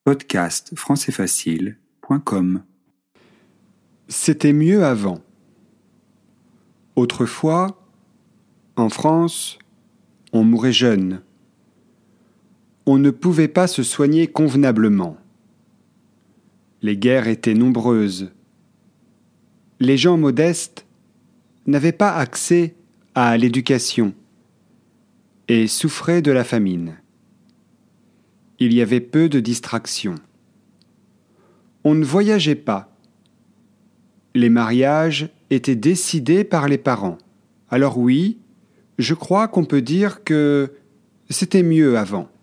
podcastfrancaisfacile.com. C'était mieux avant. Autrefois, en France, on mourait jeune. On ne pouvait pas se soigner convenablement. Les guerres étaient nombreuses. Les gens modestes n'avaient pas accès à l'éducation et souffraient de la famine. Il y avait peu de distractions. On ne voyageait pas. Les mariages étaient décidés par les parents. Alors oui, je crois qu'on peut dire que c'était mieux avant.